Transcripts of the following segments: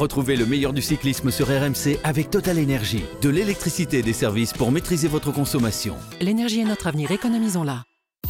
Retrouvez le meilleur du cyclisme sur RMC avec Total Énergie. De l'électricité et des services pour maîtriser votre consommation. L'énergie est notre avenir, économisons-la.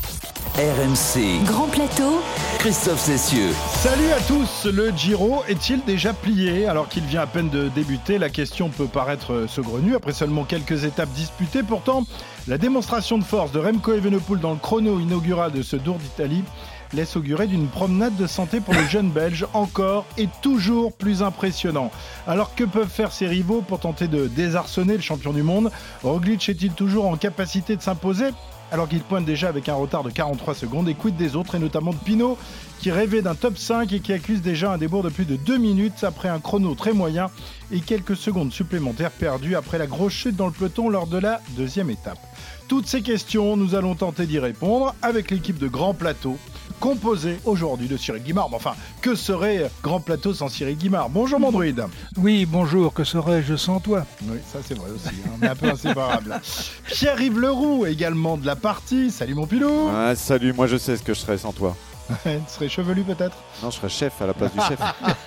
RMC. Grand plateau. Christophe Cessieux. Salut à tous, le Giro est-il déjà plié alors qu'il vient à peine de débuter? La question peut paraître saugrenue après seulement quelques étapes disputées. Pourtant, la démonstration de force de Remco Evenepoel dans le chrono inaugural de ce Tour d'Italie laisse augurer d'une promenade de santé pour le jeune Belge encore et toujours plus impressionnant. Alors que peuvent faire ses rivaux pour tenter de désarçonner le champion du monde? Roglic est-il toujours en capacité de s'imposer alors qu'il pointe déjà avec un retard de 43 secondes? Et quid des autres, et notamment de Pinot, qui rêvait d'un top 5 et qui accuse déjà un débours de plus de 2 minutes après un chrono très moyen et quelques secondes supplémentaires perdues après la grosse chute dans le peloton lors de la deuxième étape. Toutes ces questions, nous allons tenter d'y répondre avec l'équipe de Grand Plateau, composée aujourd'hui de Cyril Guimard. Mais enfin, que serait Grand Plateau sans Cyril Guimard? Bonjour mon druide. Oui, bonjour, que serais-je sans toi? Oui, ça c'est vrai aussi, on est un peu inséparable. Pierre-Yves Leroux, également de la partie. Salut mon pilou. Ah, salut, moi je sais ce que je serais sans toi. Tu serais chevelu peut-être? Non, je serais chef à la place du chef.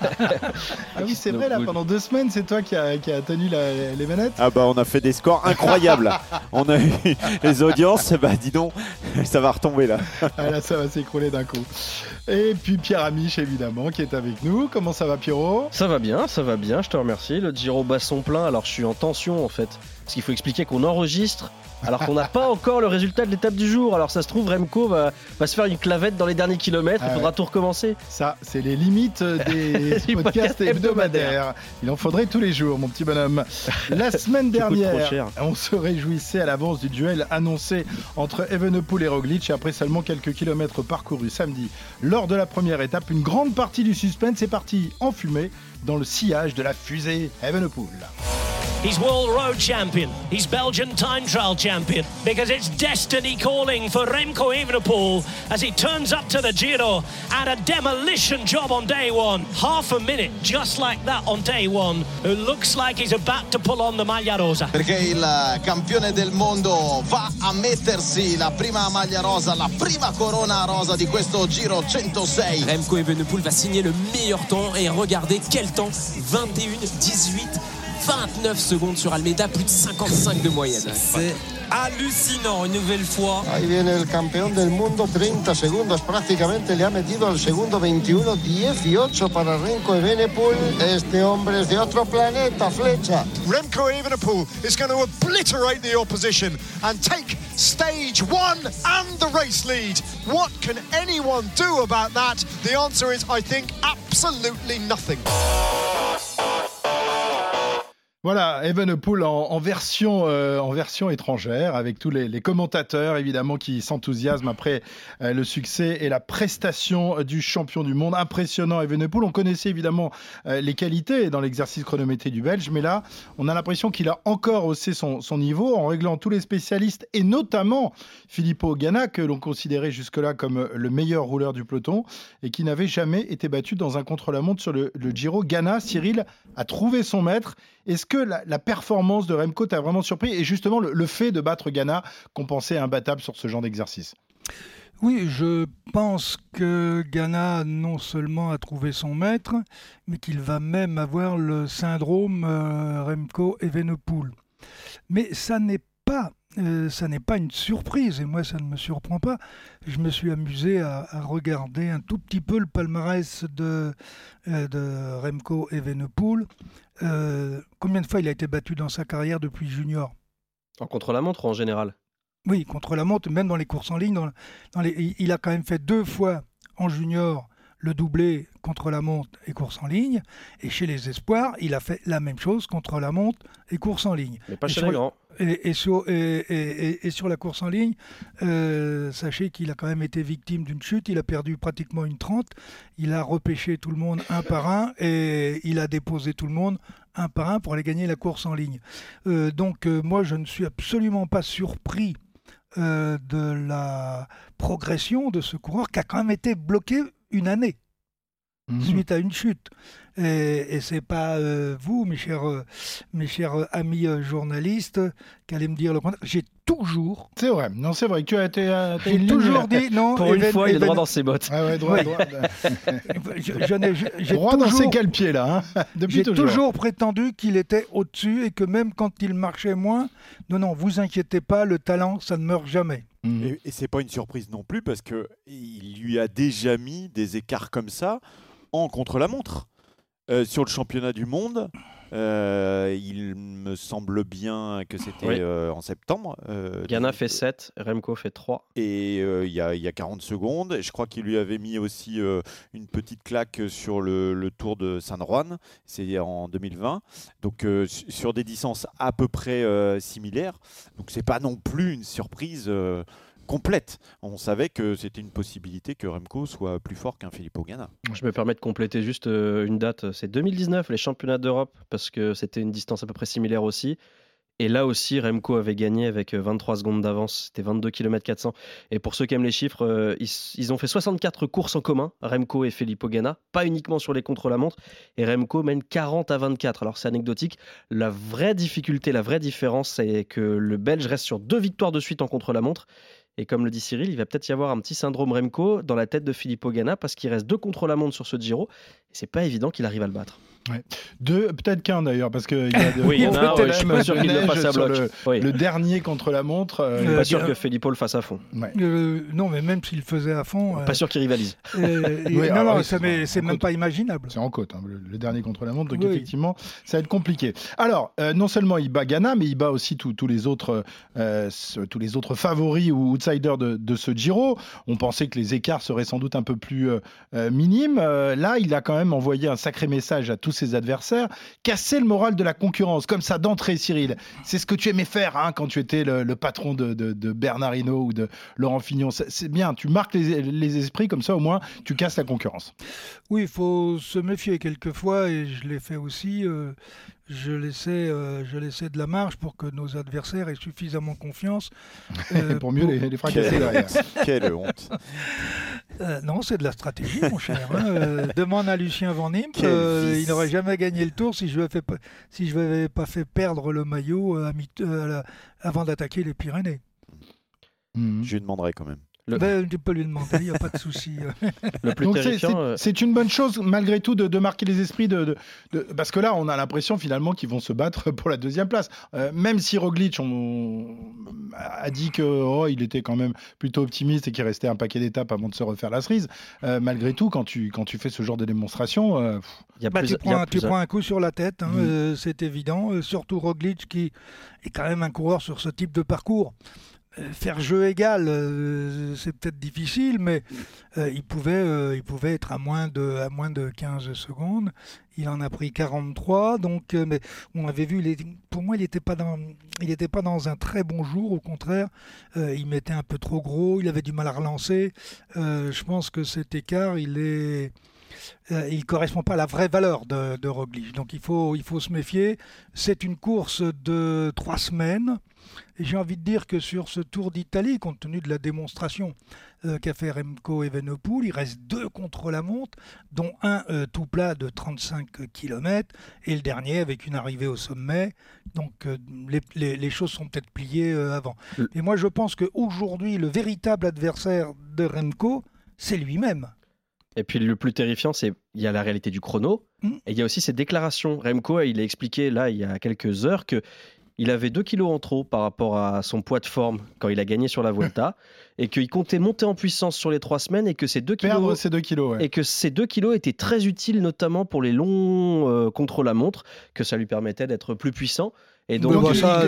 Ah oui, c'est vrai, là, pendant 2 semaines, c'est toi qui a tenu les manettes. Ah bah on a fait des scores incroyables. On a eu les audiences, bah dis donc, ça va retomber là. Ah là, ça va s'écrouler d'un coup. Et puis Pierre Amiche, évidemment, qui est avec nous. Comment ça va, Pierrot? Ça va bien, je te remercie. Le Giro bat son plein, alors je suis en tension en fait. Parce qu'il faut expliquer qu'on enregistre alors qu'on n'a pas encore le résultat de l'étape du jour. Alors ça se trouve, Remco va se faire une clavette dans les derniers kilomètres, il faudra tout recommencer. Ça, c'est les limites des podcasts hebdomadaires. Il en faudrait tous les jours, mon petit bonhomme. La semaine dernière, on se réjouissait à l'avance du duel annoncé entre Evenepoel et Roglic. Et après seulement quelques kilomètres parcourus samedi, lors de la première étape, une grande partie du suspense est partie en fumée dans le sillage de la fusée Evenepoel. He's World Road Champion. He's Belgian Time Trial Champion. Because it's destiny calling for Remco Evenepoel as he turns up to the Giro and a demolition job on day one. Half a minute, just like that on day one. Who looks like he's about to pull on the maglia rosa. Perché il campione del mondo va a mettersi la prima maglia rosa, la prima corona rosa di questo Giro 106. Remco Evenepoel va signer le meilleur temps et regardez quel temps, 21-18. 29 secondes sur Almeida, plus de 55 de moyenne. C'est hallucinant, une nouvelle fois. Ahí viene el campeón del mundo, 30 segundos prácticamente le ha metido al segundo 21, 18 para Remco Evenepoel. Este hombre es de otro planeta, Flecha. Remco Evenepoel is going to obliterate the opposition and take stage 1 and the race lead. What can anyone do about that? The answer is, I think, absolutely nothing. Voilà, Evenepoel en version étrangère, avec tous les commentateurs évidemment qui s'enthousiasment après le succès et la prestation du champion du monde. Impressionnant Evenepoel, on connaissait évidemment les qualités dans l'exercice chronométré du Belge, mais là on a l'impression qu'il a encore haussé son niveau en réglant tous les spécialistes et notamment Filippo Ganna, que l'on considérait jusque-là comme le meilleur rouleur du peloton et qui n'avait jamais été battu dans un contre-la-montre sur le Giro. Ganna, Cyril, a trouvé son maître. Est-ce que la performance de Remco t'a vraiment surpris et justement le fait de battre Ganna qu'on pensait imbattable sur ce genre d'exercice? Oui, je pense que Ganna non seulement a trouvé son maître, mais qu'il va même avoir le syndrome Remco Evenepoel. Mais ça n'est pas une surprise, et moi ça ne me surprend pas. Je me suis amusé à regarder un tout petit peu le palmarès de Remco Evenepoel. Combien de fois il a été battu dans sa carrière depuis junior? En contre-la-montre ou en général? Oui, contre-la-montre, même dans les courses en ligne. Il a quand même fait 2 fois en junior le doublé contre-la-montre et course en ligne. Et chez les espoirs, il a fait la même chose, contre-la-montre et course en ligne. Mais pas chez les grands. Et sur la course en ligne, sachez qu'il a quand même été victime d'une chute. Il a perdu pratiquement une 30. Il a repêché tout le monde un par un et il a déposé tout le monde un par un pour aller gagner la course en ligne. Donc moi, je ne suis absolument pas surpris de la progression de ce coureur qui a quand même été bloqué une année suite à une chute. Et c'est pas vous, mes chers amis journalistes, qui allez me dire le contraire. J'ai toujours... C'est vrai, non, c'est vrai que tu as été... J'ai toujours dit... Non, pour une fois, il est droit dans ses bottes. Ah ouais, droit. J'ai droit dans ses cale pieds, là. J'ai toujours prétendu qu'il était au-dessus et que même quand il marchait moins, non, vous inquiétez pas, le talent, ça ne meurt jamais. Et c'est pas une surprise non plus parce qu'il lui a déjà mis des écarts comme ça en contre-la-montre. Sur le championnat du monde, il me semble bien que c'était en septembre. Ghana fait 7, Remco fait 3. Et il y a 40 secondes. Je crois qu'il lui avait mis aussi une petite claque sur le Tour de San Juan. C'est en 2020. Donc sur des distances à peu près similaires. Donc c'est pas non plus une surprise complète. On savait que c'était une possibilité que Remco soit plus fort qu'un Filippo Ganna. Je me permets de compléter juste une date. C'est 2019, les championnats d'Europe, parce que c'était une distance à peu près similaire aussi. Et là aussi, Remco avait gagné avec 23 secondes d'avance. C'était 22 km 400. Et pour ceux qui aiment les chiffres, ils ont fait 64 courses en commun, Remco et Filippo Ganna, pas uniquement sur les contre-la-montre. Et Remco mène 40-24. Alors c'est anecdotique. La vraie difficulté, la vraie différence, c'est que le Belge reste sur 2 victoires de suite en contre-la-montre. Et comme le dit Cyril, il va peut-être y avoir un petit syndrome Remco dans la tête de Filippo Ganna parce qu'il reste 2 contre-la-montre sur ce Giro. Et c'est pas évident qu'il arrive à le battre. Ouais. Peut-être qu'un d'ailleurs, parce qu'il y a il y en a un, je suis pas sûr qu'il le fasse à bloc. Le dernier contre-la-montre. Je suis pas sûr que Filippo le fasse à fond. Ouais. Non, mais même s'il le faisait à fond. Pas sûr qu'il rivalise. C'est même pas imaginable. C'est en côte, le dernier contre-la-montre, donc effectivement, ça va être compliqué. Alors, non seulement il bat Ganna, mais il bat aussi tous les autres favoris ou outsiders de ce Giro. On pensait que les écarts seraient sans doute un peu plus minimes. Là, il a quand même envoyé un sacré message à tous ses adversaires, casser le moral de la concurrence, comme ça d'entrée, Cyril. C'est ce que tu aimais faire quand tu étais le patron de Bernard Hinault ou de Laurent Fignon. C'est bien, tu marques les esprits, comme ça au moins tu casses la concurrence. Oui, il faut se méfier quelquefois, et je l'ai fait aussi. Je laissais de la marge pour que nos adversaires aient suffisamment confiance. Pour mieux les fracasser derrière. Quelle honte. Non, c'est de la stratégie, mon cher. Demande à Lucien Van Impe. Il n'aurait jamais gagné le Tour si je ne lui avais pas fait perdre le maillot avant d'attaquer les Pyrénées. Je lui demanderai quand même. Tu peux lui demander, il n'y a pas de souci. Le plus donc terrifiant, c'est une bonne chose malgré tout de marquer les esprits parce que là on a l'impression finalement qu'ils vont se battre pour la deuxième place. Même si Roglic a dit qu'il était quand même plutôt optimiste et qu'il restait un paquet d'étapes avant de se refaire la cerise, malgré tout quand tu fais ce genre de démonstration, tu prends un coup sur la tête, c'est évident. Surtout Roglic qui est quand même un coureur sur ce type de parcours. Faire jeu égal, c'est peut-être difficile, mais il pouvait être à moins de 15 secondes. Il en a pris 43, donc mais on avait vu, pour moi, il n'était pas dans un très bon jour. Au contraire, il mettait un peu trop gros, il avait du mal à relancer. Je pense que cet écart, il correspond pas à la vraie valeur de Roglic. Donc il faut se méfier. C'est une course de 3 semaines. Et j'ai envie de dire que sur ce Tour d'Italie, compte tenu de la démonstration qu'a fait Remco Evenepoel, il reste 2 contre-la-montre, dont un tout plat de 35 km et le dernier avec une arrivée au sommet. Donc les choses sont peut-être pliées avant. Et moi je pense qu'aujourd'hui, le véritable adversaire de Remco, c'est lui-même. Et puis le plus terrifiant, c'est il y a la réalité du chrono et il y a aussi ses déclarations. Remco, il a expliqué là il y a quelques heures que il avait 2 kilos en trop par rapport à son poids de forme quand il a gagné sur la Vuelta et qu'il comptait monter en puissance sur les 3 semaines et que ces 2 kilos, perdre ces 2 kilos, et que ces 2 kilos étaient très utiles notamment pour les longs contre-la-montre, que ça lui permettait d'être plus puissant. Et donc, ça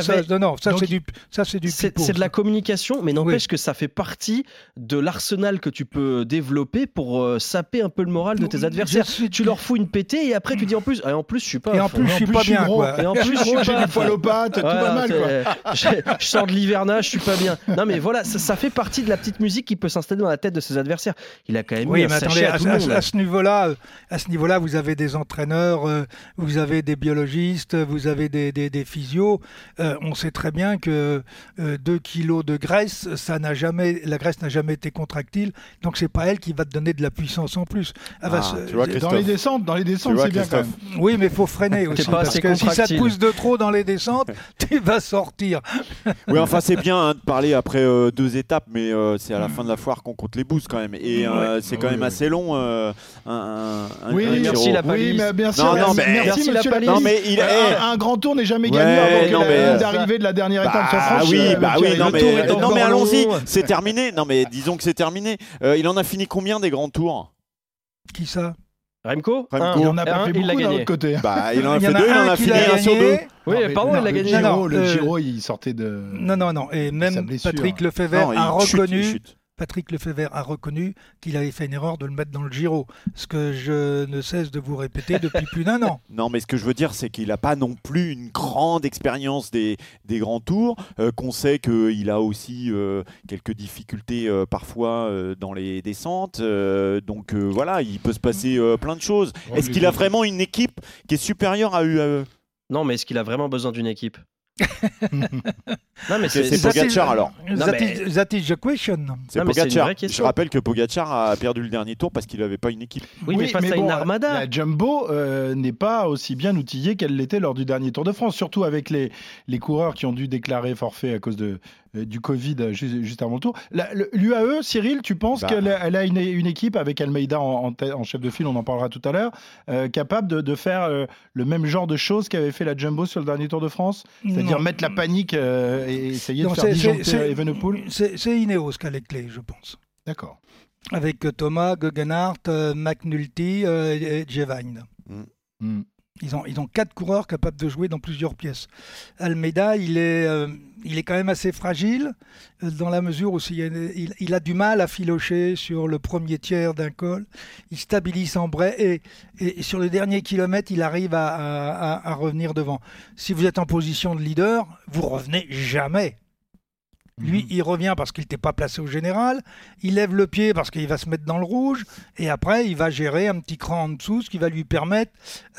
c'est du pipeau. C'est de la communication, mais n'empêche que ça fait partie de l'arsenal que tu peux développer pour saper un peu le moral de tes adversaires. Tu leur fous une pétée et après tu dis en plus je suis pas. Et en plus je suis pas bien. Et en plus j'ai du poil aux pattes, tout va mal. Je sors de l'hivernage, je suis pas bien. Non mais voilà, ça fait partie de la petite musique qui peut s'installer dans la tête de ses adversaires. Il a quand même mis un sachet à tout le monde. À ce niveau-là, vous avez des entraîneurs, vous avez des biologistes, vous avez des des physios, on sait très bien que 2 kilos de graisse, la graisse n'a jamais été contractile, donc c'est pas elle qui va te donner de la puissance en plus. Tu vois, Dans les descentes, c'est bien quand même. Oui, mais il faut freiner aussi, pas parce assez que si ça te contractile. pousse de trop dans les descentes, tu vas sortir. Oui, enfin c'est bien de parler après 2 étapes, mais c'est à la fin de la foire qu'on compte les boosts quand même. Et c'est quand même assez long. Oui, merci, la oui, palisse. mais bien sûr. Non, mais merci, la monsieur palisse. Non, mais il est. Un grand tour n'est jamais Ouais, gagné avant que non, la mais- ligne d'arrivée de la dernière étape soit Ah franchie. oui, Thierry. non le tour est mais, encore allons-y, long. c'est terminé. Non mais disons que c'est terminé. Il en a fini combien des grands tours? Qui ça? Remco, Remco. Il en a pas fait il l'a beaucoup d'un gagné. autre côté. Bah il en a Il y fait en a 2, il en un a qui fini l'a 1 sur 2. gagné. Oui, Non, pardon, mais il l'a le gagné. Giro, le Non, Giro, il sortait de. Non. Et Sa même blessure. Patrick Lefebvre Non, a il chute, reconnu. il chute. Patrick Lefebvre a reconnu qu'il avait fait une erreur de le mettre dans le Giro, ce que je ne cesse de vous répéter depuis plus d'1 an. Non, mais ce que je veux dire, c'est qu'il n'a pas non plus une grande expérience des grands tours, qu'on sait qu'il a aussi quelques difficultés parfois dans les descentes. Donc voilà, il peut se passer plein de choses. Ouais, Est-ce qu'il a vraiment une équipe qui est supérieure à UAE? Non, mais est-ce qu'il a vraiment besoin d'une équipe? Non, mais C'est c'est Pogacar alors. Non, mais- That is the question. C'est Non, mais c'est une Pogacar. vraie Je question. rappelle que Pogacar a perdu le dernier tour parce qu'il n'avait pas une équipe. Oui, mais face à une armada. La Jumbo n'est pas aussi bien outillée qu'elle l'était lors du dernier Tour de France, surtout avec les coureurs qui ont dû déclarer forfait à cause du Covid juste avant le Tour. L'UAE, Cyril, tu penses qu'elle a une équipe avec Almeida en chef de file, on en parlera tout à l'heure, capable de faire le même genre de choses qu'avait fait la Jumbo sur le dernier Tour de France? C'est-à-dire Non. mettre la panique et essayer Non, de faire disjoncter Evenepoel? C'est Ineos qui a les clés, je pense. D'accord. Avec Thomas, Guggenhardt, McNulty et Jevine. Mm. Ils ont 4 coureurs capables de jouer dans plusieurs pièces. Almeida, il est quand même assez fragile dans la mesure où il a du mal à filocher sur le premier tiers d'un col. Il stabilise en brais et sur le dernier kilomètre, il arrive à revenir devant. Si vous êtes en position de leader, vous revenez jamais. Lui, il revient parce qu'il n'était pas placé au général. Il lève le pied parce qu'il va se mettre dans le rouge. Et après, il va gérer un petit cran en dessous, ce qui va lui permettre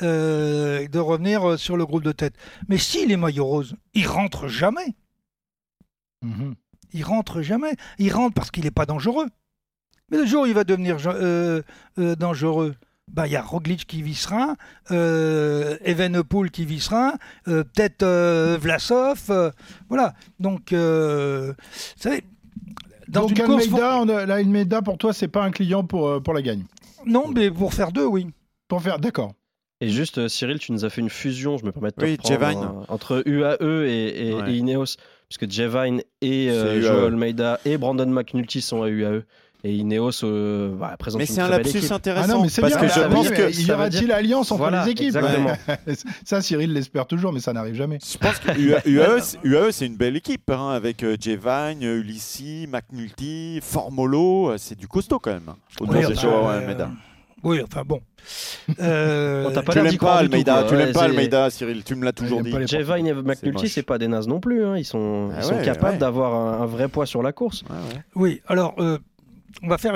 de revenir sur le groupe de tête. Mais s'il est maillot rose, il rentre jamais. Mhm. Il rentre jamais. Il rentre parce qu'il n'est pas dangereux. Mais le jour où il va devenir dangereux, il y a Roglic qui vissera, Evenepoel qui vissera, peut-être Vlasov. Voilà. Donc, vous savez, dans Donc une course... Almeida, pour toi, c'est pas un client pour la gagne? Non, mais pour faire 2, oui. Pour faire, d'accord. Et juste, Cyril, tu nous as fait une fusion, je me permets de te Oui, reprendre, Jevine. entre UAE et Ineos, puisque Jevine et C'est Joao UAE. Almeida et Brandon McNulty sont à UAE. Et Ineos présente Mais une c'est un très belle lapsus équipe. intéressant. Ah non, mais c'est parce bien. que je Ah, pense oui, que mais il y ça veut aura-t-il dire- alliance entre Voilà, les équipes? exactement. Ça, Cyril l'espère toujours, mais ça n'arrive jamais. Je pense que UAE, c'est une belle équipe, hein, avec Jevine, Ulissi, McNulty, Formolo. C'est du costaud quand même. Autour Oui, de enfin, Joao Almeida. Oui, enfin bon. T'as pas Tu l'air d'y l'aimes croire pas, du tout, Almeida. quoi. Tu l'aimes Ouais, pas, c'est- Almeida, Cyril. Tu me l'as toujours Il dit. aime pas les Jevine et moche. McNulty, c'est pas des nazes non plus. Hein. Ils sont ouais, capables ouais. d'avoir un vrai poids sur la course. Ouais, ouais. Oui, alors, on va faire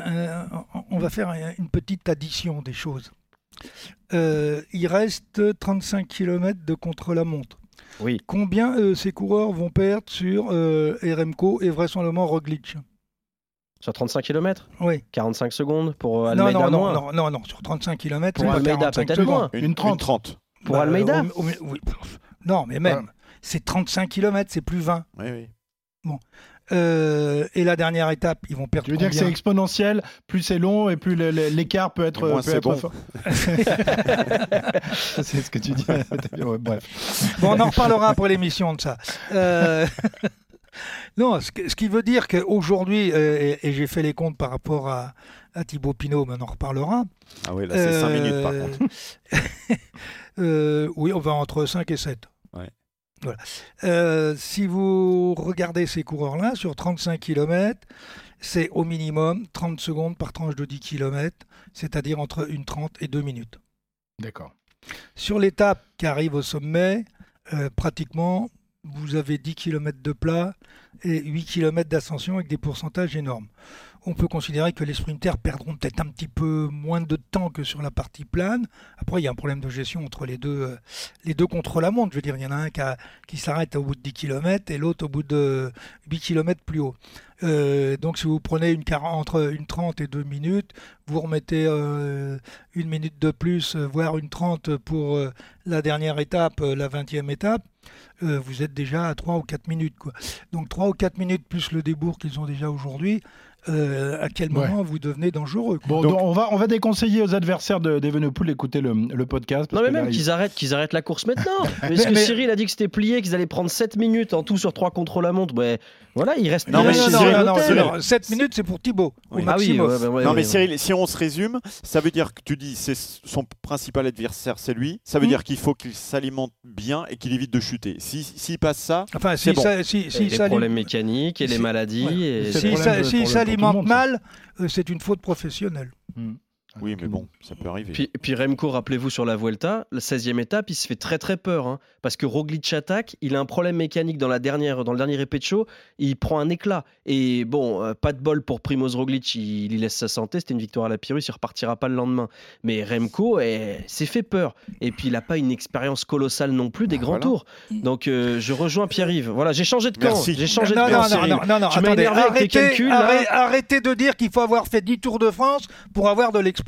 une petite addition des choses. Il reste 35 km de contre-la-montre. Oui. Combien ces coureurs vont perdre sur Remco et vraisemblablement Roglic? Sur 35 km, Oui. 45 secondes pour Almeida moins. Non, sur 35 km, Pour Almeida, peut-être moins. Une 30. Pour Almeida oui. Non, mais même, c'est 35 km, c'est plus 20. Oui, oui. Et la dernière étape, ils vont perdre Tu veux dire que c'est combien? exponentiel, plus c'est long et plus l'écart peut être, Et moins c'est bon. fort. C'est ce que tu dis. Ouais, bref. Bon, on en reparlera après l'émission de ça. Non, ce qui veut dire qu'aujourd'hui, et j'ai fait les comptes par rapport à Thibaut Pinot, mais on en reparlera. Ah oui, là, c'est 5 minutes par contre. Oui, on va entre 5 et 7. Ouais. Voilà. Si vous regardez ces coureurs-là, sur 35 km, c'est au minimum 30 secondes par tranche de 10 km, c'est-à-dire entre 1:30 et 2 minutes. D'accord. Sur l'étape qui arrive au sommet, pratiquement, vous avez 10 km de plat et 8 km d'ascension avec des pourcentages énormes. On peut considérer que les sprinters perdront peut-être un petit peu moins de temps que sur la partie plane. Après, il y a un problème de gestion entre les deux contre-la-montre. Je veux dire, il y en a un qui s'arrête au bout de 10 km et l'autre au bout de 8 km plus haut. Donc, si vous prenez entre une 30 et 2 minutes, vous remettez une minute de plus, voire une 30 pour la dernière étape, la 20e étape, vous êtes déjà à 3 ou 4 minutes, quoi. Donc, 3 ou 4 minutes plus le débours qu'ils ont déjà aujourd'hui. À quel moment vous devenez dangereux, quoi. Bon, donc, on va déconseiller aux adversaires d'Evenepoel d'écouter le podcast. Non, mais même qu'ils arrêtent la course maintenant. Parce que Cyril a dit que c'était plié, qu'ils allaient prendre 7 minutes en tout sur 3 contre-la-montre. Ben, voilà, il reste. Non, 7 minutes, c'est pour Thibaut. Oui. Non, mais Cyril, si on se résume, ça veut dire que tu dis c'est son principal adversaire, c'est lui. Ça veut dire qu'il faut qu'il s'alimente bien et qu'il évite de chuter. S'il passe ça, enfin, c'est bon. Les problèmes mécaniques et les maladies. Et s'il s'alimente mal, c'est une faute professionnelle. Oui, mais bon, ça peut arriver. Puis Remco, rappelez-vous sur la Vuelta, la 16e étape, il se fait très très peur. Hein, parce que Roglic attaque, il a un problème mécanique dans le dernier répéticho, il prend un éclat. Et bon, pas de bol pour Primoz Roglic, il y laisse sa santé, c'était une victoire à la Pyrrhus, il repartira pas le lendemain. Mais Remco s'est fait peur. Et puis il n'a pas une expérience colossale non plus des grands tours. Donc je rejoins Pierre-Yves. Voilà, j'ai changé de camp. Merci. J'ai changé de camp. Non, tu m'as énervé avec tes calculs. Arrêtez de dire qu'il faut avoir fait 10 Tours de France pour avoir de l'expérience.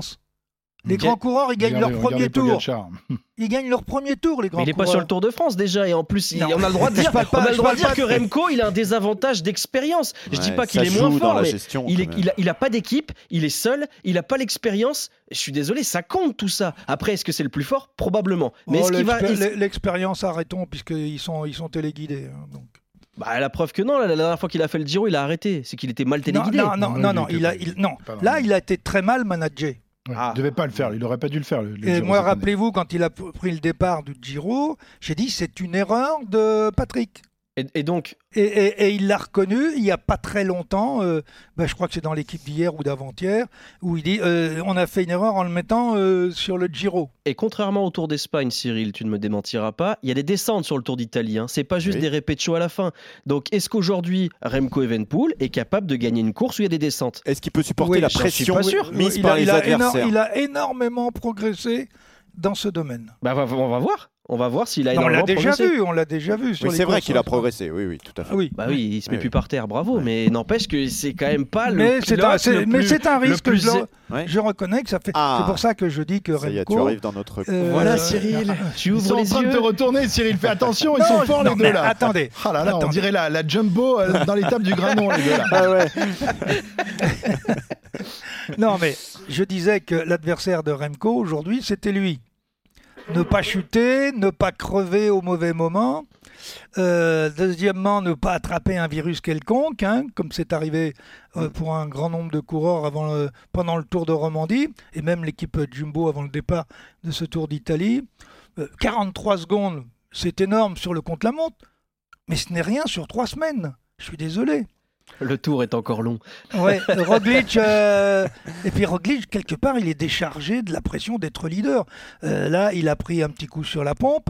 Les grands coureurs, ils gagnent leur premier tour. Ils gagnent leur premier tour, les grands coureurs. Mais il n'est pas sur le Tour de France déjà. Et en plus, on a le droit de dire, que Remco, il a un désavantage d'expérience. Je ne dis pas qu'il est moins fort, mais il n'a pas d'équipe, il est seul, il n'a pas l'expérience. Je suis désolé, ça compte tout ça. Après, est-ce que c'est le plus fort ? Probablement. Mais l'expérience, arrêtons, puisqu'ils sont téléguidés. Donc. Bah, la preuve que non, la dernière fois qu'il a fait le Giro, il a arrêté. C'est qu'il était mal téléguidé. Non. Il a été très mal managé. Il ne devait pas le faire, il n'aurait pas dû le faire. Et moi, rappelez-vous, quand il a pris le départ du Giro, j'ai dit c'est une erreur de Patrick. Et donc et il l'a reconnu il n'y a pas très longtemps, je crois que c'est dans l'équipe d'hier ou d'avant-hier, où il dit on a fait une erreur en le mettant sur le Giro. Et contrairement au Tour d'Espagne, Cyril, tu ne me démentiras pas, il y a des descentes sur le Tour d'Italie. Hein. C'est pas juste des répétitions à la fin. Donc est-ce qu'aujourd'hui, Remco Evenepoel est capable de gagner une course où il y a des descentes ? Est-ce qu'il peut supporter la pression mise par les adversaires ? Il a énormément progressé dans ce domaine. On va voir. On va voir s'il a énormément progressé. On l'a déjà vu. Oui, c'est vrai qu'il a progressé. Oui, tout à fait. Oui. Bah oui, il se met plus par terre, bravo. Mais n'empêche que c'est quand même pas mais c'est un risque. Je reconnais que ça fait. C'est pour ça que je dis que Remco. Tu arrives dans notre. Voilà, Cyril. Tu ouvres les yeux. Ils sont en train de te retourner, Cyril. Fais attention, ils sont forts les deux là. Attendez. Ah là là, on dirait la jumbo dans l'étape du Granon les deux là. Ah ouais. Non mais je disais que l'adversaire de Remco aujourd'hui, c'était lui. Ne pas chuter, ne pas crever au mauvais moment. Deuxièmement, ne pas attraper un virus quelconque, comme c'est arrivé pour un grand nombre de coureurs pendant le Tour de Romandie, et même l'équipe Jumbo avant le départ de ce Tour d'Italie. 43 secondes, c'est énorme sur le contre-la-montre, mais ce n'est rien sur 3 semaines. Je suis désolé. Le tour est encore long. Ouais, Roglic, et puis Roglic, quelque part, il est déchargé de la pression d'être leader. Là, il a pris un petit coup sur la pompe,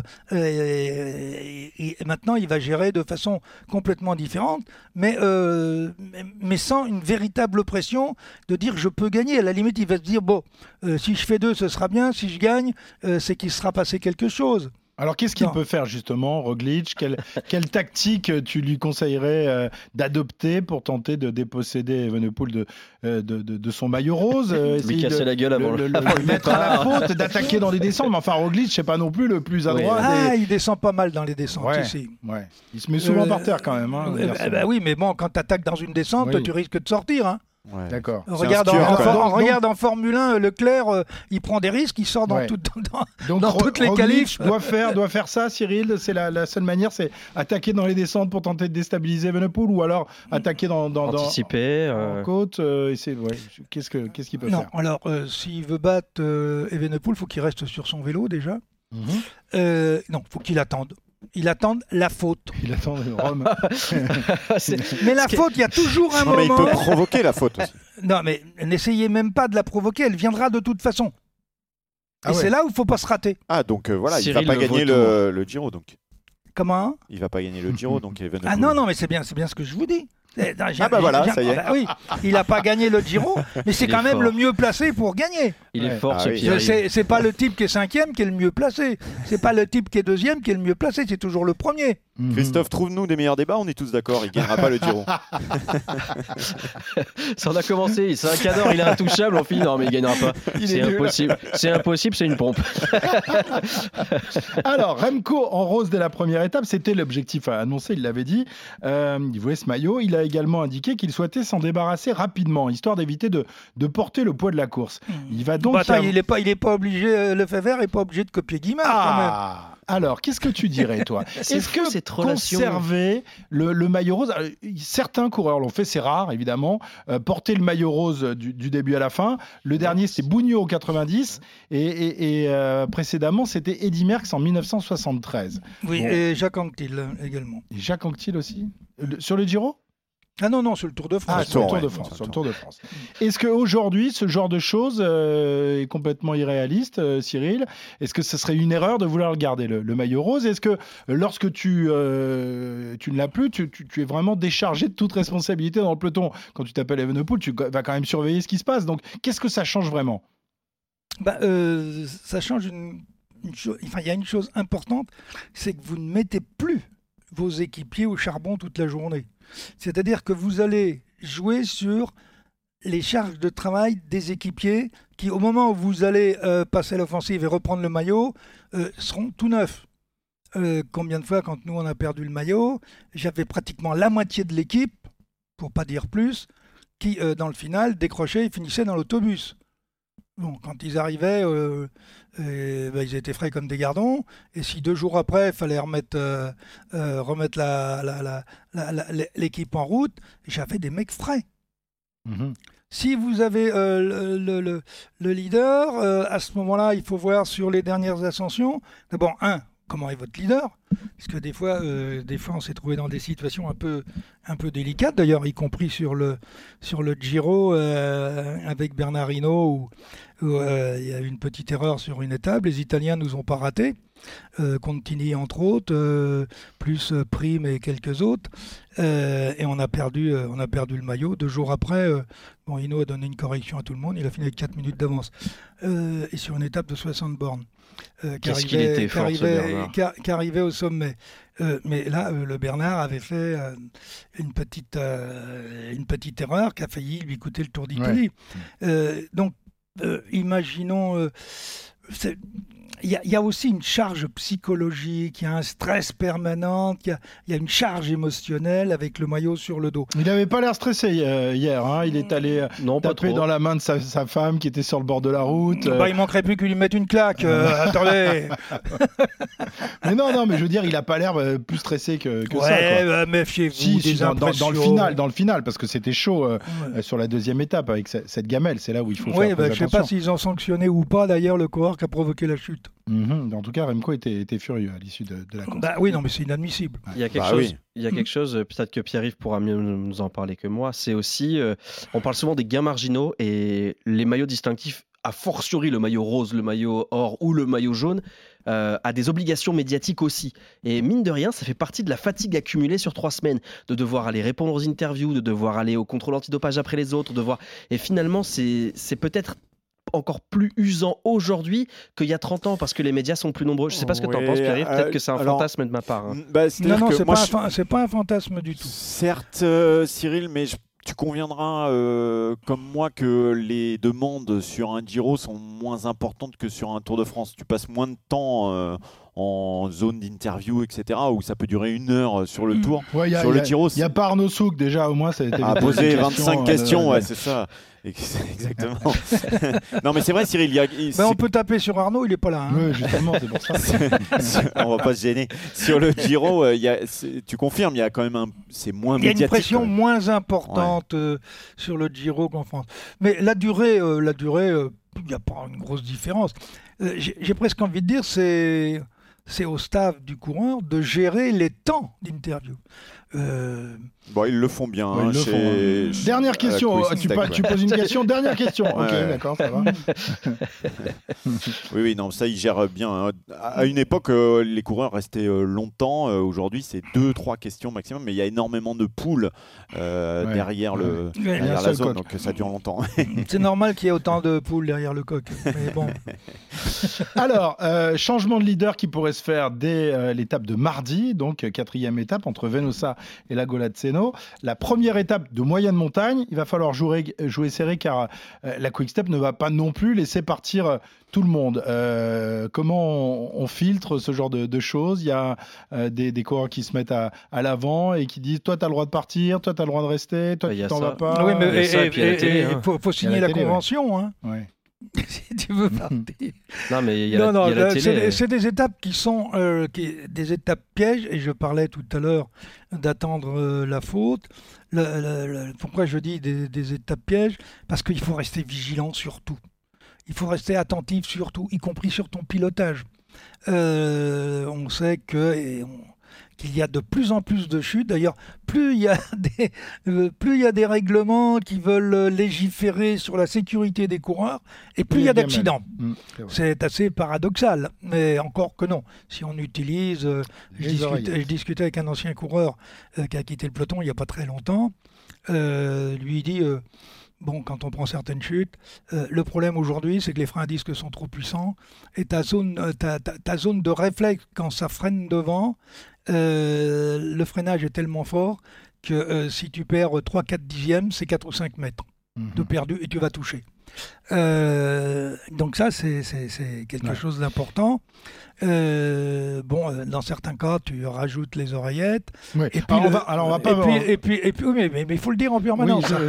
et maintenant, il va gérer de façon complètement différente, mais sans une véritable pression de dire je peux gagner. À la limite, il va se dire bon, si je fais 2, ce sera bien. Si je gagne, c'est qu'il sera passé quelque chose. Alors, qu'est-ce qu'il peut faire, justement, Roglic ? Quelle tactique tu lui conseillerais d'adopter pour tenter de déposséder Evenepoel de son maillot rose ? Lui casser la gueule avant le mettre à la faute, d'attaquer dans les descentes. Mais enfin, Roglic, c'est pas non plus le plus adroit. Il descend pas mal dans les descentes ici. Ouais. Il se met souvent par terre, quand même. Oui, mais bon, quand tu attaques dans une descente, tu risques de sortir. Ouais. D'accord. Regarde en Formule 1, Leclerc, il prend des risques, il sort dans toutes les qualifs. doit faire ça, Cyril. C'est la seule manière, c'est attaquer dans les descentes pour tenter de déstabiliser Evenepoel, ou alors attaquer anticiper en côte. Qu'est-ce qu'il peut faire ? Alors s'il veut battre Evenepoel, il faut qu'il reste sur son vélo déjà. Non, faut qu'il attende. Il attend la faute. Il attend Rome. Mais la faute, il y a toujours un moment. Mais il peut provoquer la faute aussi. Non, mais n'essayez même pas de la provoquer. Elle viendra de toute façon. Et c'est là où il ne faut pas se rater. Ah, donc voilà, Cyril, il ne va pas gagner le Giro, donc. Comment ? Il va pas gagner le Giro, donc Evenepoel. Ah non, mais c'est bien ce que je vous dis. Voilà, ça y est. Oui, il n'a pas gagné le Giro, mais c'est quand même fort. le mieux placé pour gagner. Il est fort, Ah ce oui. Pierre. C'est pas le type qui est 5e qui est le mieux placé. C'est pas le type qui est 2e qui est le mieux placé. C'est toujours le premier. Christophe, trouve-nous des meilleurs débats, on est tous d'accord, il gagnera pas le Giro. Ça en a commencé, c'est un cador, il est intouchable, on finit, non mais il gagnera pas. C'est impossible, c'est une pompe. Alors, Remco en rose dès la première étape, c'était l'objectif annoncé, il l'avait dit. Il voulait ce maillot. Il a également indiqué qu'il souhaitait s'en débarrasser rapidement, histoire d'éviter de porter le poids de la course. Il va donc... il est pas obligé, Lefebvre n'est pas obligé de copier Guimard quand même. Alors, qu'est-ce que tu dirais, toi ? Est-ce fou, que cette relation. conserver le maillot rose, certains coureurs l'ont fait, c'est rare évidemment, porter le maillot rose du début à la fin. Le dernier, c'est Bugno en 90 et précédemment, c'était Eddy Merckx en 1973. Oui, Bon. et Jacques Anquetil également. Et Jacques Anquetil aussi sur le Giro ? Ah non, sur le Tour de France. Ah, sur le Tour de France. Est-ce qu'aujourd'hui, ce genre de choses est complètement irréaliste, Cyril ? Est-ce que ce serait une erreur de vouloir garder le maillot rose ? Est-ce que lorsque tu ne l'as plus, tu es vraiment déchargé de toute responsabilité dans le peloton ? Quand tu t'appelles Evenepoel, tu vas quand même surveiller ce qui se passe. Donc, qu'est-ce que ça change vraiment ? Ça change une chose. Enfin, il y a une chose importante, c'est que vous ne mettez plus vos équipiers au charbon toute la journée. C'est-à-dire que vous allez jouer sur les charges de travail des équipiers qui, au moment où vous allez passer à l'offensive et reprendre le maillot, seront tout neufs. Combien de fois, quand nous on a perdu le maillot, j'avais pratiquement la moitié de l'équipe, pour pas dire plus, qui, dans le final, décrochaient et finissaient dans l'autobus. Bon, quand ils arrivaient, ils étaient frais comme des gardons. Et si 2 jours après, il fallait remettre l'équipe en route, j'avais des mecs frais. Si vous avez le leader, à ce moment-là, il faut voir sur les dernières ascensions. D'abord, comment est votre leader ? Parce que des fois, on s'est trouvé dans des situations un peu délicates, d'ailleurs, y compris sur le Giro avec Bernard Hinault, où il y a eu une petite erreur sur une étape. Les Italiens nous ont pas ratés, Contini entre autres, plus Prime et quelques autres, et on a perdu le maillot. 2 jours après, Hinault a donné une correction à tout le monde, il a fini avec 4 minutes d'avance, et sur une étape de 60 bornes. Qu'est-ce qu'il était fort, ce Bernard. Qui arrivait au sommet. Mais là, le Bernard avait fait une petite erreur qui a failli lui coûter le Tour d'Italie. Donc, imaginons... Il y a aussi une charge psychologique, il y a un stress permanent, il y a une charge émotionnelle avec le maillot sur le dos. Il n'avait pas l'air stressé hier. Hein. Il est allé taper dans la main de sa femme qui était sur le bord de la route. Il manquerait plus qu'il lui mette une claque. Attendez. Mais non, mais je veux dire, il n'a pas l'air plus stressé que ça. Quoi. Méfiez-vous des impressions. Dans le final, parce que c'était chaud sur la deuxième étape avec cette gamelle. C'est là où il faut faire je ne sais pas s'ils ont sanctionné ou pas d'ailleurs le coureur qui a provoqué la chute. En tout cas, Remco était furieux à l'issue de la course. Oui, non, mais c'est inadmissible. Il y a quelque chose, peut-être que Pierre-Yves pourra mieux nous en parler que moi, c'est aussi, on parle souvent des gains marginaux et les maillots distinctifs, a fortiori le maillot rose, le maillot or ou le maillot jaune, a des obligations médiatiques aussi. Et mine de rien, ça fait partie de la fatigue accumulée sur 3 semaines, de devoir aller répondre aux interviews, de devoir aller au contrôle antidopage après les autres, et finalement, c'est peut-être encore plus usant aujourd'hui qu'il y a 30 ans parce que les médias sont plus nombreux. Je ne sais pas ce que tu en penses, Pierre-Yves, peut-être que c'est un fantasme de ma part. Hein. Non, c'est pas un fantasme du tout. Certes, Cyril, mais tu conviendras comme moi que les demandes sur un Giro sont moins importantes que sur un Tour de France. Tu passes moins de temps en zone d'interview, etc., où ça peut durer 1 heure sur le Tour. Sur le Giro, il n'y a pas Arnaud Souk déjà, au moins ça a été poser 25 questions, c'est ça. Exactement. Non, mais c'est vrai, Cyril. On peut taper sur Arnaud, il n'est pas là. Hein. Oui, justement, c'est pour ça. On va pas se gêner. Sur le Giro, tu confirmes, il y a quand même c'est moins médiatique. Il y a une pression moins importante sur le Giro qu'en France. Mais la durée, il n'y a pas une grosse différence. J'ai presque envie de dire, c'est au staff du coureur de gérer les temps d'interview. Bon, ils le font bien. Ouais, ils le font, hein. Dernière question. Tu poses une question. Dernière question. Ok, d'accord, ça va. Oui, non, ça, ils gèrent bien. Hein. À une époque, les coureurs restaient longtemps. Aujourd'hui, c'est 2-3 questions maximum. Mais il y a énormément de poules derrière la zone. Donc, ça dure longtemps. C'est normal qu'il y ait autant de poules derrière le coq. Mais bon. Alors, changement de leader qui pourrait se faire dès l'étape de mardi. Donc, 4e étape entre Venosa et la Golazzeno. La première étape de moyenne montagne, il va falloir jouer serré car la Quick-Step ne va pas non plus laisser partir tout le monde. Comment on filtre ce genre de choses? Il y a des coureurs qui se mettent à l'avant et qui disent toi tu as le droit de partir, toi tu as le droit de rester, toi tu t'en vas pas. Oui, mais il faut signer la convention. Hein. Ouais. Si tu veux partir. Non, mais il y a la télé. C'est des étapes qui sont des étapes pièges, et je parlais tout à l'heure d'attendre la faute. Pourquoi je dis des étapes pièges? Parce qu'il faut rester vigilant sur tout. Il faut rester attentif sur tout, y compris sur ton pilotage. On sait qu'il y a de plus en plus de chutes. D'ailleurs, plus il y a des règlements qui veulent légiférer sur la sécurité des coureurs, et plus il y a d'accidents. C'est assez paradoxal, mais encore que non. Si on utilise... je discutais avec un ancien coureur qui a quitté le peloton il n'y a pas très longtemps. Lui dit... Bon, quand on prend certaines chutes, le problème aujourd'hui, c'est que les freins à disque sont trop puissants et ta zone de réflexe, quand ça freine devant, le freinage est tellement fort que si tu perds 3-4 dixièmes, c'est 4 ou 5 mètres de perdu et tu vas toucher. Donc ça, c'est quelque chose d'important. Dans certains cas, tu rajoutes les oreillettes. Oui. Et puis mais il faut le dire en permanence. Oui,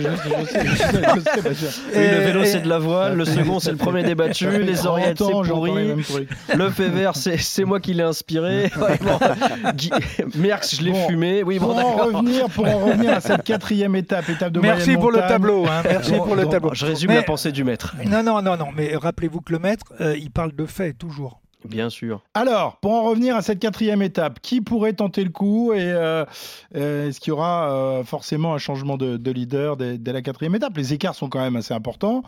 je sais, le vélo, c'est de la voile. Le second, c'est le premier débattu. Les oreillettes, c'est pourri. Le fait vert, c'est moi qui l'ai inspiré. Merckx, je l'ai fumé. Oui, pour en revenir à cette 4e étape de moyenne montagne. Merci pour le tableau. Merci pour le tableau. Je résume la pensée du maître. Non, mais rappelez-vous que le maître, il parle de faits toujours. Bien sûr. Alors, pour en revenir à cette 4e étape, qui pourrait tenter le coup et est-ce qu'il y aura forcément un changement de leader dès la 4e étape? Les écarts sont quand même assez importants.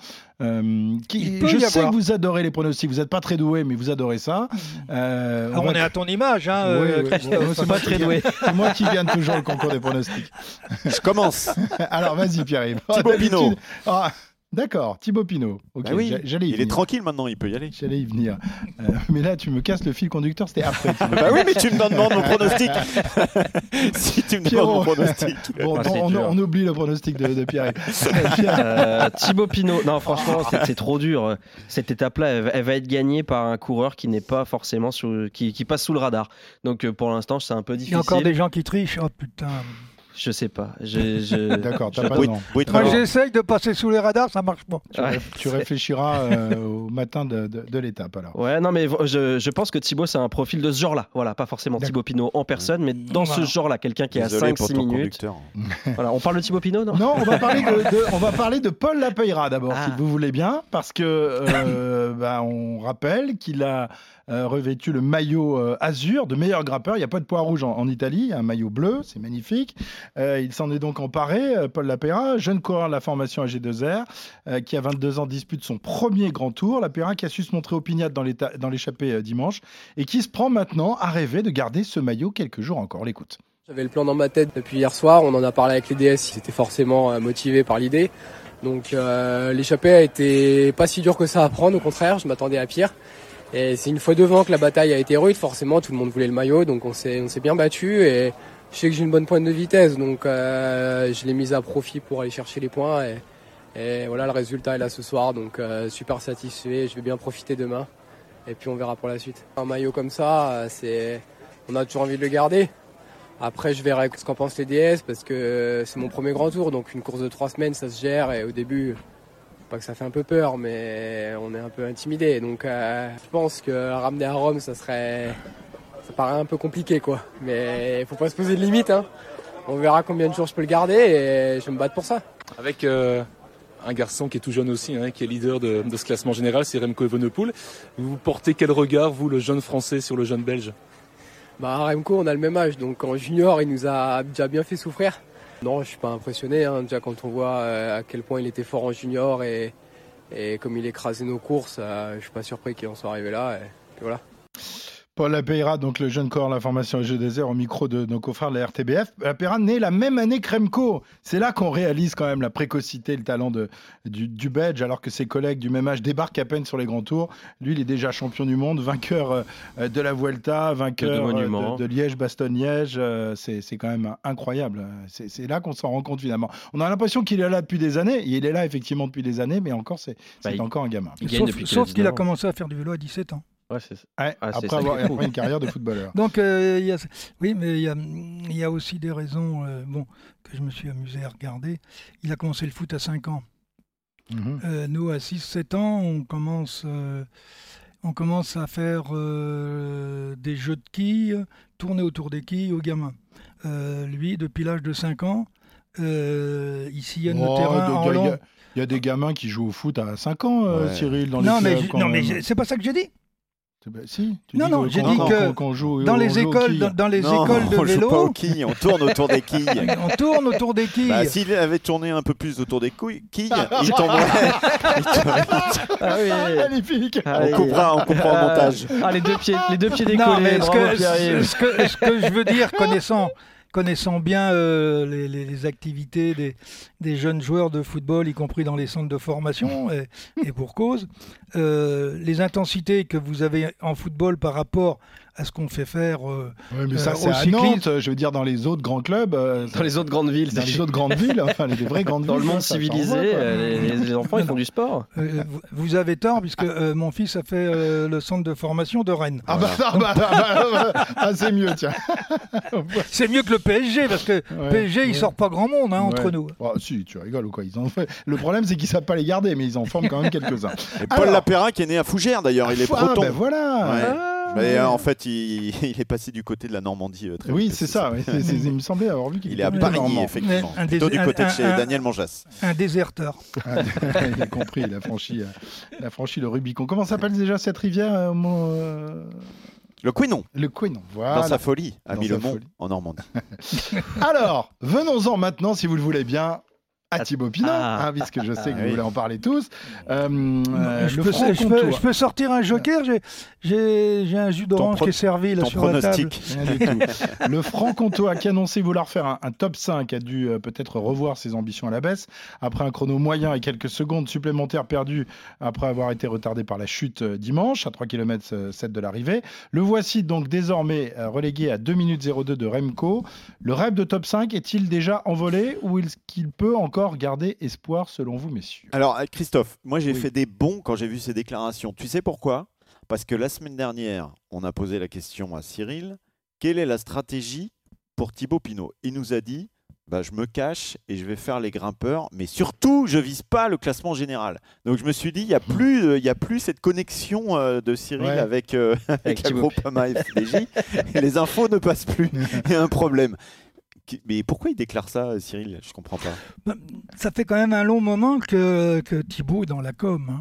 Je sais que vous adorez les pronostics, vous n'êtes pas très doué, mais vous adorez ça. On est à ton image. C'est pas très doué. C'est moi qui gagne toujours le concours des pronostics. Je commence. Alors, vas-y, Pierre-Yves. Thibaut Pinot. D'accord, Thibaut Pinot. Okay, bah oui, il est tranquille maintenant, il peut y aller. J'allais y venir. Mais là, tu me casses le fil conducteur, c'était après. Bah oui, mais tu me demandes mon pronostic. Si tu me demandes mon pronostic. Bon, on oublie le pronostic de Pierre. Thibaut Pinot. Non, franchement, c'est trop dur. Cette étape-là, elle va être gagnée par un coureur qui n'est pas forcément qui passe sous le radar. Donc pour l'instant, c'est un peu difficile. Il y a encore des gens qui trichent. Oh putain. Je sais pas. D'accord, t'as pas de nom. Moi, j'essaye de passer sous les radars, ça marche pas. Tu réfléchiras au matin de l'étape, alors. Ouais, non, mais je pense que Thibaut, c'est un profil de ce genre-là. Voilà, pas forcément Thibaut Pinot en personne, mais dans ce genre-là, quelqu'un qui est à 5-6 minutes. Voilà, on parle de Thibaut Pinot, non? Non, on va parler de Paul Lapeyra d'abord, si vous voulez bien, parce que on rappelle qu'il a revêtu le maillot azur de meilleur grimpeur. Il n'y a pas de poids rouge en Italie, il y a un maillot bleu, c'est magnifique. Il s'en est donc emparé, Paul Lapeyra, jeune coureur de la formation AG2R, qui a 22 ans dispute son premier grand tour. Lapeyra qui a su se montrer opiniâtre dans l'échappée dimanche et qui se prend maintenant à rêver de garder ce maillot quelques jours encore. L'écoute. J'avais le plan dans ma tête depuis hier soir, on en a parlé avec les DS, ils étaient forcément motivés par l'idée. Donc l'échappée a été pas si dur que ça à prendre, au contraire, je m'attendais à pire. Et c'est une fois devant que la bataille a été rude, forcément tout le monde voulait le maillot, donc on s'est bien battu et je sais que j'ai une bonne pointe de vitesse, donc je l'ai mise à profit pour aller chercher les points et voilà, le résultat est là ce soir, donc super satisfait, je vais bien profiter demain et puis on verra pour la suite. Un maillot comme ça, on a toujours envie de le garder. Après je verrai ce qu'en pensent les DS parce que c'est mon premier grand tour, donc une course de 3 semaines ça se gère et au début, pas que ça fait un peu peur, mais on est un peu intimidé, donc je pense que ramener à Rome ça paraît un peu compliqué quoi, mais il faut pas se poser de limite, hein. On verra combien de jours je peux le garder et je vais me battre pour ça. Avec un garçon qui est tout jeune aussi, qui est leader de ce classement général, c'est Remco Evenepoel. Vous portez quel regard, vous, le jeune Français, sur le jeune Belge ? Remco, on a le même âge, donc en junior, il nous a déjà bien fait souffrir. Non, je suis pas impressionné, déjà quand on voit à quel point il était fort en junior et comme il écrasait nos courses, je suis pas surpris qu'il en soit arrivé là. Et voilà. Paul Lapeyra, donc le jeune corps, la formation Jeux des Airs, au micro de nos confrères de la RTBF. Lapeyra né la même année que Remco. C'est là qu'on réalise quand même la précocité, le talent du Belge, alors que ses collègues du même âge débarquent à peine sur les grands tours. Lui, il est déjà champion du monde, vainqueur de la Vuelta, vainqueur de Liège-Bastogne-Liège. C'est quand même incroyable. C'est là qu'on s'en rend compte finalement. On a l'impression qu'il est là depuis des années. Il est là effectivement depuis des années, mais encore, c'est encore un gamin. Sauf qu'il a commencé à faire du vélo à 17 ans. Ouais, c'est ça. Après avoir une carrière de footballeur. Donc, il y a aussi des raisons que je me suis amusé à regarder. Il a commencé le foot à 5 ans. Nous, à 6-7 ans, on commence à faire des jeux de quilles, tourner autour des quilles aux gamins. Lui, depuis l'âge de 5 ans, il sillonne le terrain en long. Il y a des gamins qui jouent au foot à 5 ans, Cyril, dans les clubs. Non, mais c'est pas ça que j'ai dit. Si, j'ai dit que dans les écoles de vélo, on joue pas aux quilles, on tourne autour des quilles. On tourne autour des quilles. S'il avait tourné un peu plus autour des quilles, il tomberait. Magnifique. On coupera au montage. Les deux pieds décollés. Ce que je veux dire, connaissant bien les activités des jeunes joueurs de football, y compris dans les centres de formation, et pour cause, les intensités que vous avez en football par rapport à ce qu'on fait faire mais ça, c'est à Nantes, je veux dire, dans les autres grands clubs. Dans les autres grandes villes. Dans les autres grandes villes, enfin, les vraies grandes villes. Dans le monde civilisé, les enfants, ils font du sport. Vous avez tort, puisque mon fils a fait le centre de formation de Rennes. C'est mieux, tiens. C'est mieux que le PSG, parce que PSG, il sort pas grand monde entre nous. Si, tu rigoles ou quoi, le problème, c'est qu'ils savent pas les garder, mais ils en forment quand même quelques-uns. Et Paul Lapeyra, qui est né à Fougères, d'ailleurs, il est breton. Voilà. Mais en fait, il est passé du côté de la Normandie. Très oui, vite, c'est ça. Il me semblait avoir vu qu'il est à Parigny, effectivement. Plutôt du côté de chez Daniel Manjas. Un déserteur. Il a compris, il a franchi le Rubicon. Comment s'appelle déjà cette rivière Le Couesnon. Le Couesnon, voilà. Dans sa folie, à Milemont, en Normandie. Alors, venons-en maintenant, si vous le voulez bien, à Thibaut Pinot, puisque je sais que vous voulez en parler tous. Je peux sortir un joker. J'ai un jus d'orange qui est servi là sur la table. Le franc-comtois qui annonçait vouloir faire un top 5 a dû peut-être revoir ses ambitions à la baisse. Après un chrono moyen et quelques secondes supplémentaires perdues après avoir été retardé par la chute dimanche, à 3 km 7 de l'arrivée. Le voici donc désormais relégué à 2 minutes 02 de Remco. Le rêve de top 5 est-il déjà envolé ou est-ce qu'il peut encore garder espoir selon vous, messieurs? Alors, Christophe, moi j'ai fait des bonds quand j'ai vu ces déclarations. Tu sais pourquoi? Parce que la semaine dernière, on a posé la question à Cyril, quelle est la stratégie pour Thibaut Pinot? Il nous a dit, je me cache et je vais faire les grimpeurs, mais surtout, je vise pas le classement général. Donc je me suis dit, il y a plus cette connexion de Cyril avec le groupe FDJ, et les infos ne passent plus. Il y a un problème. Mais pourquoi il déclare ça, Cyril? Je comprends pas. Ça fait quand même un long moment que Thibaut est dans la com.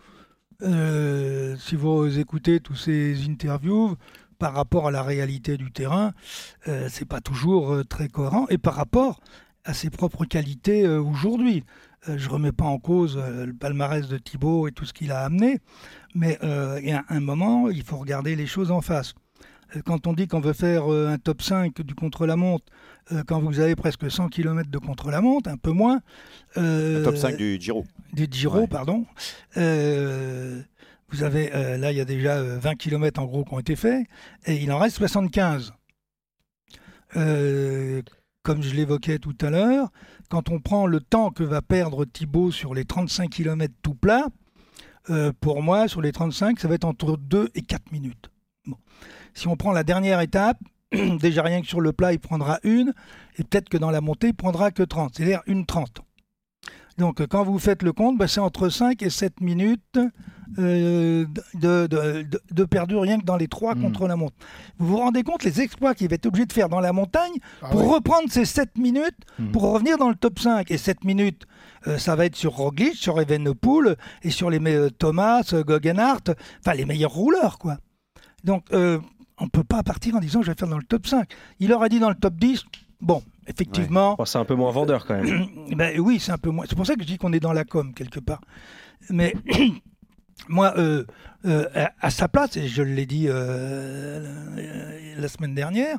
Si vous écoutez tous ces interviews, par rapport à la réalité du terrain, c'est pas toujours très cohérent. Et par rapport à ses propres qualités aujourd'hui. Je remets pas en cause le palmarès de Thibaut et tout ce qu'il a amené, mais il y a un moment, il faut regarder les choses en face. Quand on dit qu'on veut faire un top 5 du contre-la-montre, quand vous avez presque 100 km de contre-la-montre, un peu moins... le top 5 du Giro. Du Giro, pardon. Vous avez, là, il y a déjà 20 km en gros qui ont été faits, et il en reste 75. Comme je l'évoquais tout à l'heure, quand on prend le temps que va perdre Thibaut sur les 35 km tout plat, pour moi, sur les 35, ça va être entre 2 et 4 minutes. Bon. Si on prend la dernière étape, déjà rien que sur le plat, il prendra 1, et peut-être que dans la montée, il prendra que 30, c'est-à-dire 1:30. Donc quand vous faites le compte, c'est entre 5 et 7 minutes de perdu rien que dans les 3 contre-la-montre. Vous vous rendez compte les exploits qu'il va être obligé de faire dans la montagne pour reprendre ces 7 minutes pour revenir dans le top 5. Et 7 minutes, ça va être sur Roglic, sur Evenepoel et sur les Thomas, Guggenhardt, enfin les meilleurs rouleurs, quoi. Donc on ne peut pas partir en disant je vais faire dans le top 5. Il aurait dit dans le top 10, bon, effectivement... c'est un peu moins vendeur quand même. Oui, c'est un peu moins. C'est pour ça que je dis qu'on est dans la com quelque part. Mais... Moi, à sa place, et je l'ai dit la semaine dernière,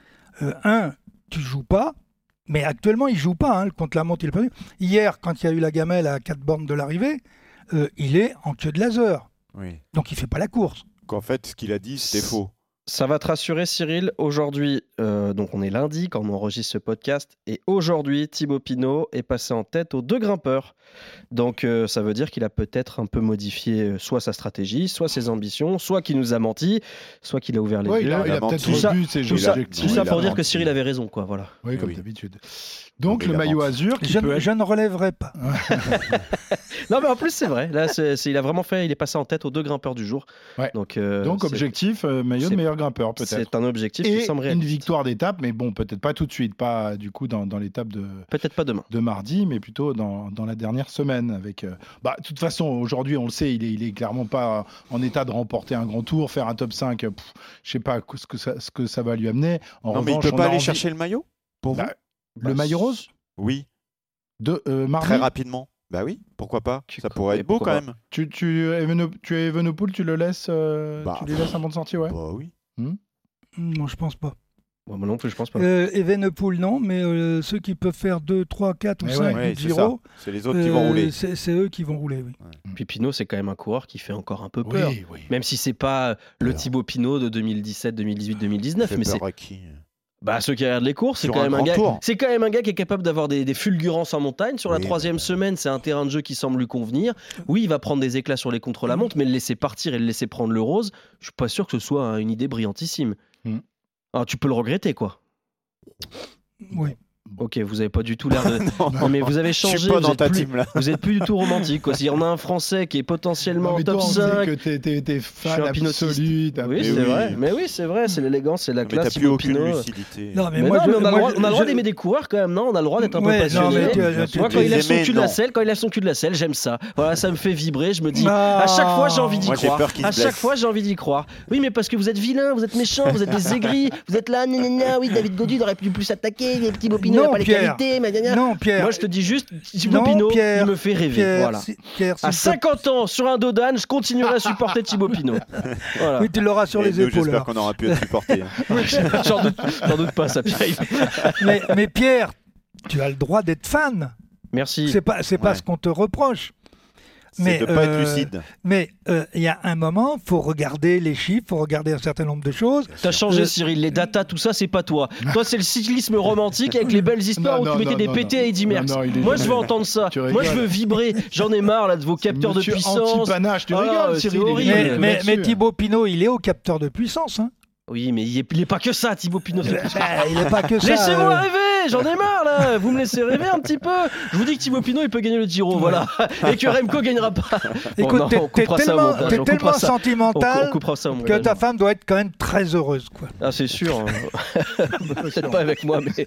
tu joues pas, mais actuellement il joue pas, contre la montre il est perdu. Hier, quand il y a eu la gamelle à 4 bornes de l'arrivée, il est en queue de laser. Oui. Donc il fait pas la course. Qu'en fait, ce qu'il a dit, c'était faux. Ça va te rassurer, Cyril. Aujourd'hui, donc on est lundi quand on enregistre ce podcast, et aujourd'hui, Thibaut Pinot est passé en tête aux 2 grimpeurs. Donc ça veut dire qu'il a peut-être un peu modifié soit sa stratégie, soit ses ambitions, soit qu'il nous a menti, soit qu'il a ouvert les yeux. Il a peut-être revu ses objectifs. Tout ça pour dire que Cyril avait raison, quoi. Voilà. Oui, comme d'habitude. Donc le maillot azur, je ne relèverai pas. Non, mais en plus c'est vrai. Là, il a vraiment fait. Il est passé en tête aux 2 grimpeurs du jour. Ouais. Donc objectif maillot de meilleur grimpeur peut-être. C'est un objectif qui semble réaliste. Une victoire d'étape, mais bon, peut-être pas tout de suite, pas du coup dans l'étape de. Peut-être pas demain. De mardi, mais plutôt dans la dernière semaine. Avec. De toute façon, aujourd'hui, on le sait, il est clairement pas en état de remporter un grand tour, faire un top 5. Je sais pas ce que ça va lui amener. Mais il peut pas aller chercher le maillot pour vous. Le maillot rose ? Oui. Mardi ? Très rapidement. Bah oui, pourquoi pas ? Ça pourrait être beau quand même. Tu es Evenepoel, tu le laisses, tu lui laisses un bon de sortie, ouais. Bah oui. Non, je pense pas. Moi non plus, je pense pas. Evenepoel, non, mais ceux qui peuvent faire 2, 3, 4 ou 5 du Giro, c'est les autres qui vont rouler. C'est eux qui vont rouler, oui. Puis Pinot, c'est quand même un coureur qui fait encore un peu peur. Oui. Même si c'est pas le Thibaut Pinot de 2017, 2018, 2019, mais c'est à qui ? Ceux qui regardent les courses, c'est quand même un gars qui est capable d'avoir des fulgurances en montagne. Sur la 3e semaine, c'est un terrain de jeu qui semble lui convenir. Oui, il va prendre des éclats sur les contre-la-montre, mais le laisser partir et le laisser prendre le rose, je suis pas sûr que ce soit une idée brillantissime. Alors tu peux le regretter, quoi. Oui. Ok, vous avez pas du tout l'air de... non, mais vous avez changé, je suis pas dans ta team, là. Vous êtes plus du tout romantique, quoi. Si on a un Français qui est potentiellement top 5... que t'es fan absolu. Oui, c'est vrai. Mais oui, c'est vrai, c'est l'élégance, c'est la classe. Mais t'as plus aucune lucidité. Non, mais on a le droit d'aimer des coureurs quand même, non ? On a le droit d'être un peu passionné. Moi, quand il lève son cul de la selle, j'aime ça. Voilà, ça me fait vibrer. Je me dis, à chaque fois, j'ai envie d'y croire. À chaque fois, j'ai envie d'y croire. Oui, mais parce que vous êtes vilain, vous êtes méchant, vous êtes des aigris, vous êtes là, oui, David Gaudu aurait pu plus attaquer, les petits Pinot, il n'a pas les qualités. Non, Pierre. Moi, je te dis juste, Thibaut Pinot, il me fait rêver. Voilà. À 50 ans, sur un dos d'âne, je continuerai à supporter Thibaut Pinot. Voilà. Oui, tu l'auras sur les épaules. J'espère qu'on aura pu être supporter. J'en doute pas, ça, Pierre. mais Pierre, tu as le droit d'être fan. Merci. C'est pas ce qu'on te reproche. C'est de ne pas être lucide. Mais il y a un moment, il faut regarder les chiffres, il faut regarder un certain nombre de choses. T'as changé, Cyril. Les datas, tout ça, c'est pas toi. Toi, c'est le cyclisme romantique avec les belles histoires où tu mettais des PT à Eddy Merckx. Moi, je veux entendre ça. Moi, je veux vibrer. J'en ai marre là de vos capteurs de puissance. Anti-panache, tu rigoles, Cyril. Mais Thibaut Pinot, il est au capteur de puissance. Oui, mais il est pas que ça, Thibaut Pinot. Il est pas que ça. Laissez-moi rêver. J'en ai marre là, vous me laissez rêver un petit peu. Je vous dis que Thibaut Pinot il peut gagner le Giro, voilà, et que Remco gagnera pas. Écoute, t'es tellement sentimental que ta femme doit être quand même très heureuse, quoi. Ah c'est sûr. Peut-être pas avec moi, mais.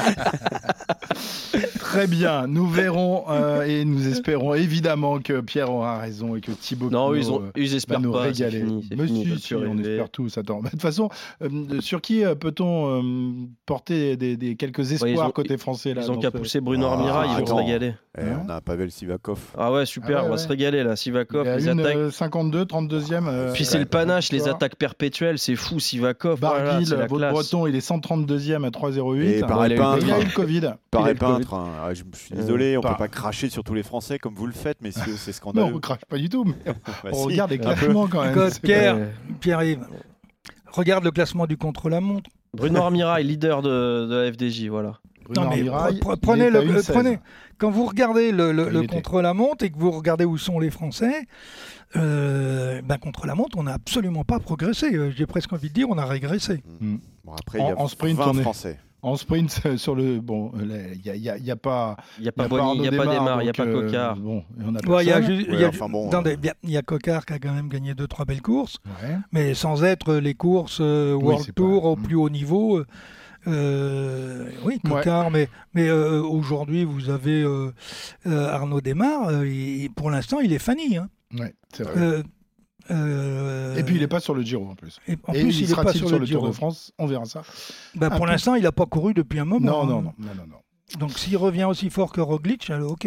Très bien, nous verrons et nous espérons évidemment que Pierre aura raison et que Thibaut Pinot va nous pas, régaler. Monsieur, on espère tous. Attends, de toute façon, sur qui peut-on porter quelques espoirs côté français là, ils ont qu'à pousser Bruno Armira, ils vont se régaler. On a Pavel Sivakov. Ah ouais, super, on va se régaler là. Sivakov, les attaques. 52, 32e. Puis c'est le panache, les attaques perpétuelles, c'est fou. Sivakov, Barguil, votre breton, il est 132e à 3,08. Et pareil peintre. Il a eu le Covid. Pareil peintre. Je suis désolé, on peut pas cracher sur tous les Français comme vous le faites, messieurs, c'est scandaleux. Non, on crache pas du tout, mais on regarde les classements quand même. Pierre-Yves, regarde le classement du contre-la-montre. Bruno Armira est leader de la FDJ, voilà. Non, mais prenez quand vous regardez le contre-la-montre et que vous regardez où sont les Français, contre-la-montre, on n'a absolument pas progressé. J'ai presque envie de dire on a régressé. Bon, après, il y a en sprint, 20 Français. En sprint, sur le. Bon, il n'y a pas. Il n'y a pas Bonny, il n'y a pas Desmar, il n'y a pas Cocard. Bon, on a il y a Cocard qui a quand même gagné 2-3 belles courses, mais sans être les courses World Tour au plus haut niveau. Oui, Cocard, mais aujourd'hui, vous avez Arnaud Desmar. Pour l'instant, il est Fanny. Hein. Oui, c'est vrai. Et puis il n'est pas sur le Giro en plus. Et il sera-t-il sur le Tour de France? On verra ça. Pour l'instant, il n'a pas couru depuis un moment. Non. Donc s'il revient aussi fort que Roglic, alors ok.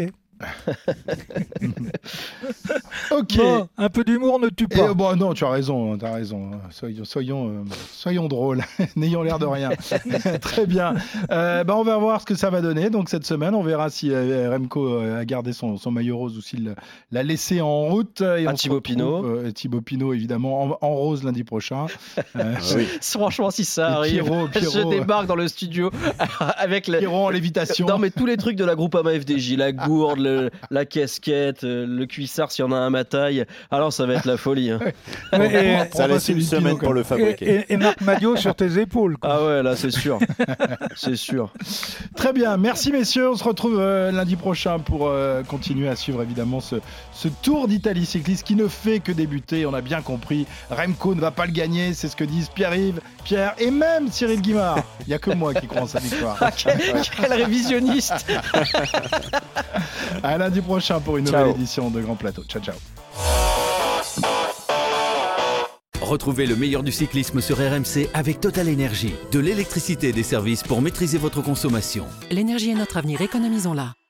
Ok. Bon, un peu d'humour ne tue pas. Non, tu as raison. Soyons drôles. N'ayons l'air de rien. Très bien. On va voir ce que ça va donner. Donc cette semaine, on verra si Remco a gardé son maillot rose ou s'il l'a laissé en route. Et Thibaut Pinot. Thibaut Pinot, évidemment, en rose lundi prochain. Oui. Franchement, si ça arrive, Pierrot, je débarque dans le studio avec Pierrot en lévitation. Non, mais tous les trucs de la Groupama FDJ, la gourde, la casquette, le cuissard s'il y en a un à ma taille. Alors ça va être la folie. Hein. Ça laisse une semaine pour le fabriquer. Et Marc Madiot sur tes épaules. Quoi. Ah ouais, là c'est sûr. C'est sûr. Très bien, merci messieurs. On se retrouve lundi prochain pour continuer à suivre évidemment ce Tour d'Italie cycliste qui ne fait que débuter. On a bien compris. Remco ne va pas le gagner, c'est ce que disent Pierre-Yves, Pierre et même Cyril Guimard. Il n'y a que moi qui crois en sa victoire. Quel révisionniste. À lundi prochain pour une nouvelle édition de Grand Plateau. Ciao. Retrouvez le meilleur du cyclisme sur RMC avec Total Énergie. De l'électricité et des services pour maîtriser votre consommation. L'énergie est notre avenir, économisons-la.